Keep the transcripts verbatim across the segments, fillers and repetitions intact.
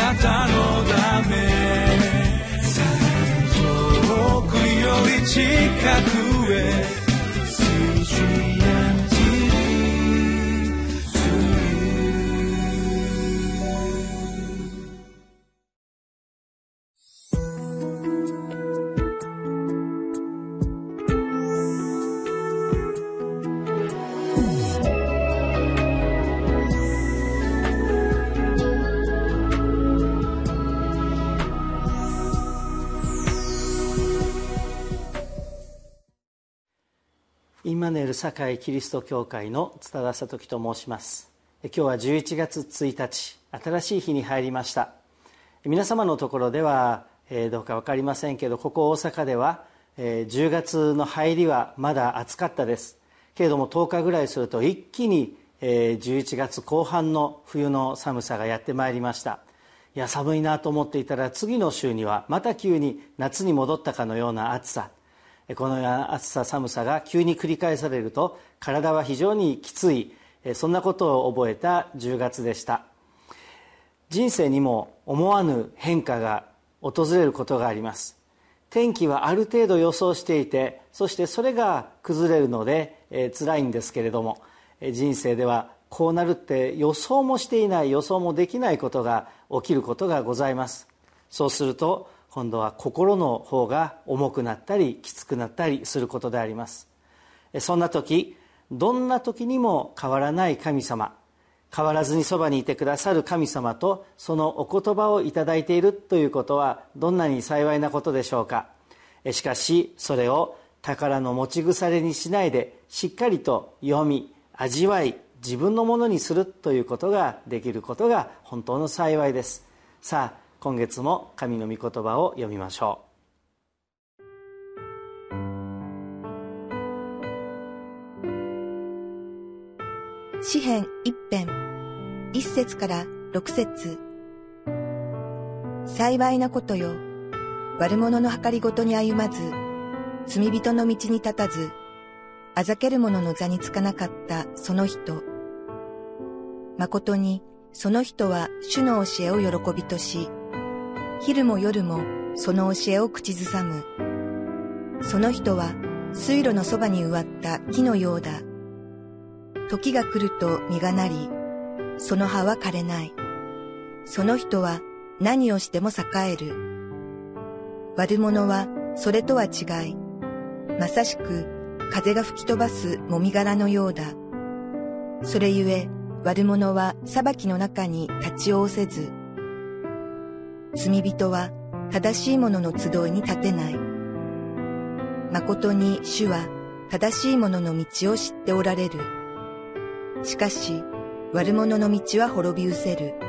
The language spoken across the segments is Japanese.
なたのため遠くより近くへインマヌエル堺キリスト教会の津田正時と申します。今日はじゅういちがつついたち、新しい日に入りました。皆様のところでは、えー、どうか分かりませんけど、ここ大阪では、えー、じゅうがつの入りはまだ暑かったです。けれどもとおかぐらいすると一気に、えー、じゅういちがつこう半の冬の寒さがやってまいりました。いや寒いなと思っていたら、次の週にはまた急に夏に戻ったかのような暑さ、このような暑さ寒さが急に繰り返されると体は非常にきつい、そんなことを覚えたじゅうがつでした。人生にも思わぬ変化が訪れることがあります。天気はある程度予想していて、そしてそれが崩れるので、えー、辛いんですけれども、人生ではこうなるって予想もしていない、予想もできないことが起きることがございます。そうすると今度は心の方が重くなったりきつくなったりすることであります。そんな時、どんな時にも変わらない神様、変わらずにそばにいてくださる神様とそのお言葉をいただいているということはどんなに幸いなことでしょうか。しかしそれを宝の持ち腐れにしないで、しっかりと読み味わい自分のものにするということができることが本当の幸いです。さあ今月も神の御言葉を読みましょう。詩編一編一節から六節。幸いなことよ、悪者の計りごとに歩まず、罪人の道に立たず、あざける者の座につかなかったその人。誠にその人は主の教えを喜びとし、昼も夜もその教えを口ずさむ。その人は水路のそばに植わった木のようだ。時が来ると実がなり、その葉は枯れない。その人は何をしても栄える。悪者はそれとは違い、まさしく風が吹き飛ばすもみ殻のようだ。それゆえ悪者は裁きの中に立ち仰せず、罪人は正しい者の集いに立てない。誠に主は正しい者の道を知っておられる。しかし悪者の道は滅び失せる。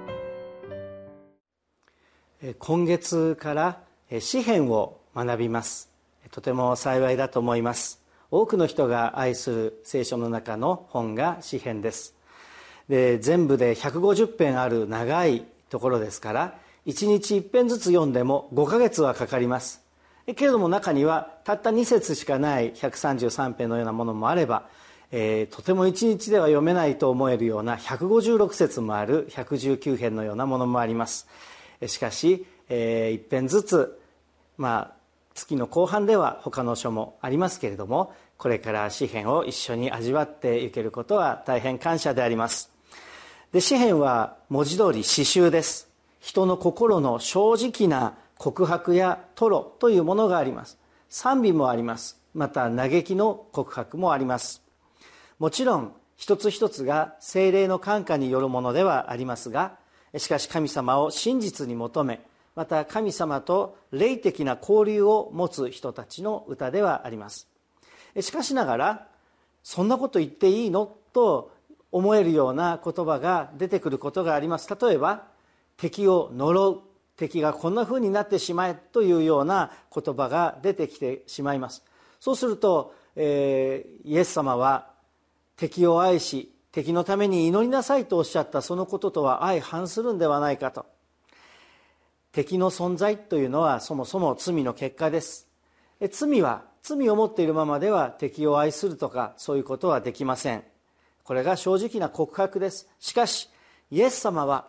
今月から詩編を学びます。とても幸いだと思います。多くの人が愛する聖書の中の本が詩編です。で全部でひゃくごじゅっぺんある長いところですから、いちにちいっぺんずつ読んでもごかげつはかかります。けれども中にはたったに節しかないひゃくさんじゅうさんぺんのようなものもあれば、えー、とてもいちにちでは読めないと思えるようなひゃくごじゅうろく節もあるひゃくじゅうきゅう編のようなものもあります。しかし、えー、いっぺんずつ、まあ、月の後半では他の書もありますけれども、これから詩編を一緒に味わっていけることは大変感謝であります。で詩編は文字通り詩集です。人の心の正直な告白や吐露というものがあります。賛美もあります。また嘆きの告白もあります。もちろん一つ一つが聖霊の感化によるものではありますが、しかし神様を真実に求め、また神様と霊的な交流を持つ人たちの歌ではあります。しかしながら、そんなこと言っていいのと思えるような言葉が出てくることがあります。例えば、敵を呪う、敵がこんな風になってしまえというような言葉が出てきてしまいます。そうすると、えー、イエス様は敵を愛し、敵のために祈りなさいとおっしゃったそのこととは相反するんではないかと。敵の存在というのはそもそも罪の結果です。罪は罪を持っているままでは敵を愛するとかそういうことはできません。これが正直な告白です。しかしイエス様は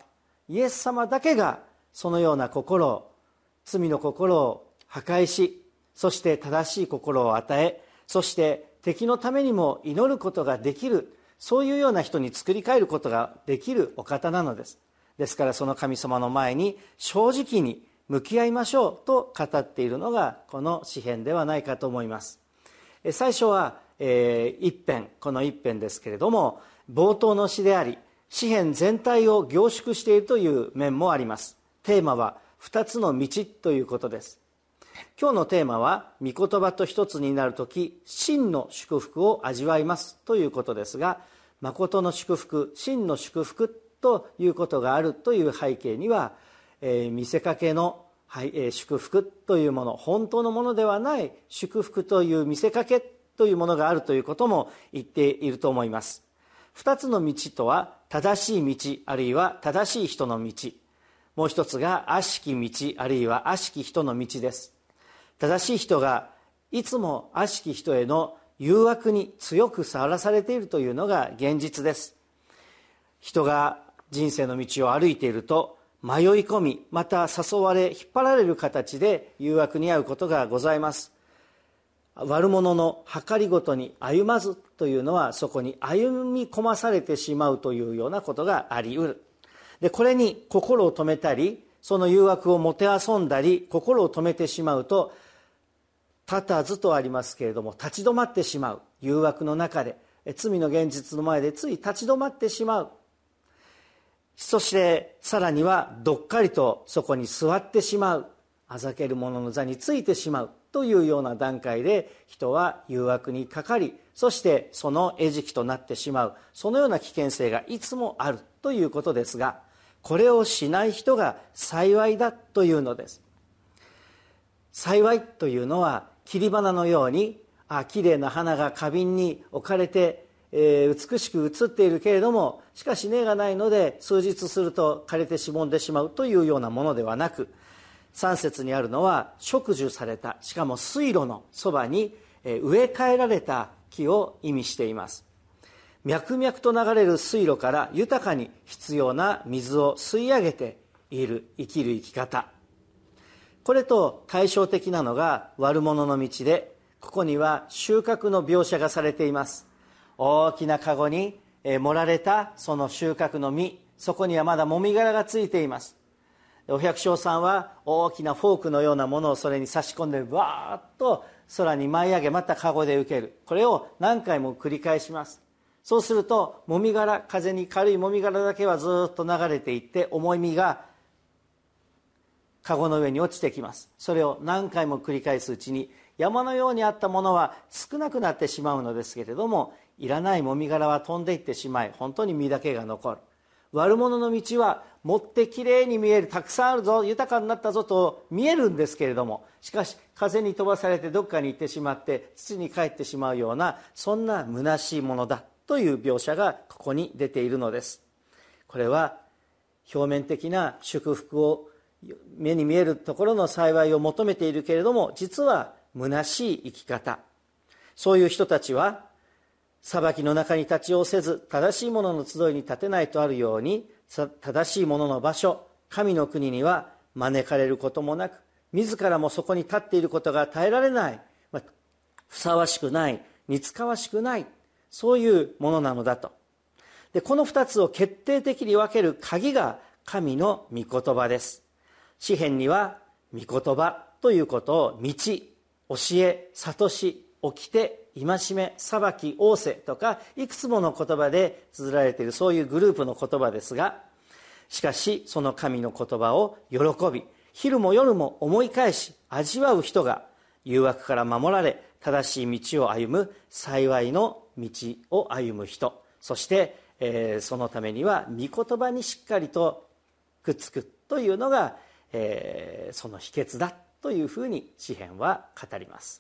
イエス様だけがそのような心を、罪の心を破壊し、そして正しい心を与え、そして敵のためにも祈ることができる、そういうような人に作り変えることができるお方なのです。ですからその神様の前に正直に向き合いましょうと語っているのがこの詩編ではないかと思います。最初は、えー、一編、この一編ですけれども、冒頭の詩であり、詩編全体を凝縮しているという面もあります。テーマは二つの道ということです。今日のテーマは、御言葉と一つになるとき、真の祝福を味わいますということですが、誠の祝福、真の祝福ということがあるという背景には、えー、見せかけの、はいえー、祝福というもの、本当のものではない祝福という見せかけというものがあるということも言っていると思います。二つの道とは、正しい道あるいは正しい人の道、もう一つが悪しき道あるいは悪しき人の道です。正しい人がいつも悪しき人への誘惑に強くさらされているというのが現実です。人が人生の道を歩いていると迷い込み、また誘われ引っ張られる形で誘惑に遭うことがございます。悪者の計りごとに歩まずというのは、そこに歩み込まされてしまうというようなことがあり得る。で、これに心を止めたり、その誘惑をもてあそんだり、心を止めてしまうと、立たずとありますけれども、立ち止まってしまう。誘惑の中で、罪の現実の前でつい立ち止まってしまう。そしてさらにはどっかりとそこに座ってしまう。あざける者の座についてしまうというような段階で、人は誘惑にかかり、そしてその餌食となってしまう。そのような危険性がいつもあるということですが、これをしない人が幸いだというのです。幸いというのは、切り花のように、あ、きれいな花が花瓶に置かれて、えー、美しく映っているけれども、しかし根がないので数日すると枯れてしぼんでしまうというようなものではなく、さん節にあるのは植樹された、しかも水路のそばに植え替えられた木を意味しています。脈々と流れる水路から豊かに必要な水を吸い上げている生きる生き方、これと対照的なのが悪者の道で、ここには収穫の描写がされています。大きなかごに盛られたその収穫の実、そこにはまだもみ殻がついています。お百姓さんは大きなフォークのようなものをそれに差し込んで、わーっと空に舞い上げ、またかごで受ける。これを何回も繰り返します。そうするともみ殻、風に軽いもみ殻だけはずっと流れていって、重い実がかごの上に落ちてきます。それを何回も繰り返すうちに、山のようにあったものは少なくなってしまうのですけれども、いらないもみ殻は飛んでいってしまい、本当に実だけが残る。悪者の道は持ってきれいに見える、たくさんあるぞ、豊かになったぞと見えるんですけれども、しかし風に飛ばされてどっかに行ってしまって土に帰ってしまうような、そんな虚しいものだという描写がここに出ているのです。これは表面的な祝福を、目に見えるところの幸いを求めているけれども、実は虚しい生き方。そういう人たちは裁きの中に立ち寄せず、正しい者の集いに立てないとあるように、正しい者の場所、神の国には招かれることもなく、自らもそこに立っていることが耐えられない、まあ、ふさわしくない、似つかわしくない、そういうものなのだと。で、この二つを決定的に分ける鍵が神の御言葉です。詩編には御言葉ということを道、教え、諭し、掟、戒め、裁き、仰せとかいくつもの言葉で綴られている、そういうグループの言葉ですが、しかしその神の言葉を喜び、昼も夜も思い返し味わう人が誘惑から守られ、正しい道を歩む幸いの道を歩む人、そして、えー、そのためには御言葉にしっかりとくっつくというのが、えー、その秘訣だというふうに詩編は語ります。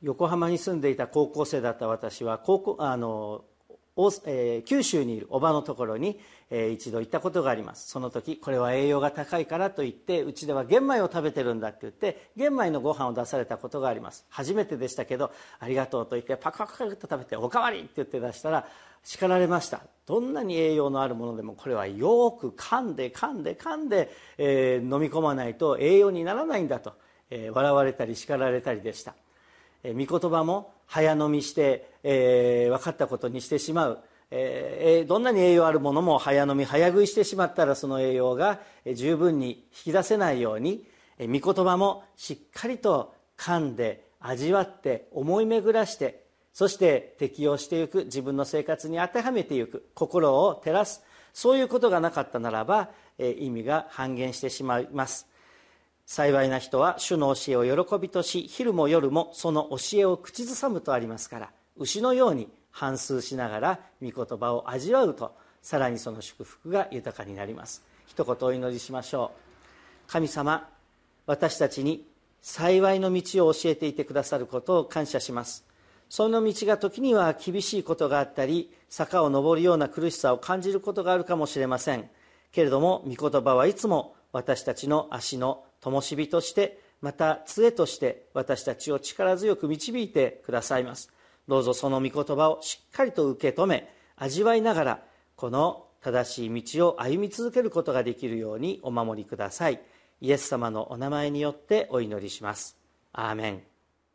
横浜に住んでいた高校生だった私は高校あのえー、九州にいるおばのところに、えー、一度行ったことがあります。その時これは栄養が高いからと言って、うちでは玄米を食べてるんだって言って玄米のご飯を出されたことがあります。初めてでしたけど、ありがとうと言ってパクパクパクと食べて、おかわりって言って出したら叱られました。どんなに栄養のあるものでもこれはよく噛んで噛んで噛んで、えー、飲み込まないと栄養にならないんだと、えー、笑われたり叱られたりでした。えー、御言葉も早飲みして、えー、分かったことにしてしまう、えー、どんなに栄養あるものも早飲み早食いしてしまったら、その栄養が十分に引き出せないように、えー、御言葉もしっかりと噛んで味わって思い巡らして、そして適応していく、自分の生活に当てはめていく、心を照らす、そういうことがなかったならば、えー、意味が半減してしまいます。幸いな人は主の教えを喜びとし、昼も夜もその教えを口ずさむとありますから、牛のように反芻しながら御言葉を味わうと、さらにその祝福が豊かになります。一言お祈りしましょう。神様、私たちに幸いの道を教えていてくださることを感謝します。その道が時には厳しいことがあったり、坂を登るような苦しさを感じることがあるかもしれませんけれども、御言葉はいつも私たちの足の灯火として、また杖として私たちを力強く導いてくださいます。どうぞその御言葉をしっかりと受け止め、味わいながらこの正しい道を歩み続けることができるようにお守りください。イエス様のお名前によってお祈りします。アーメン。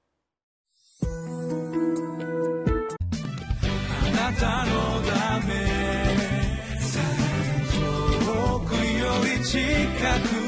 あなたのため遠くより近く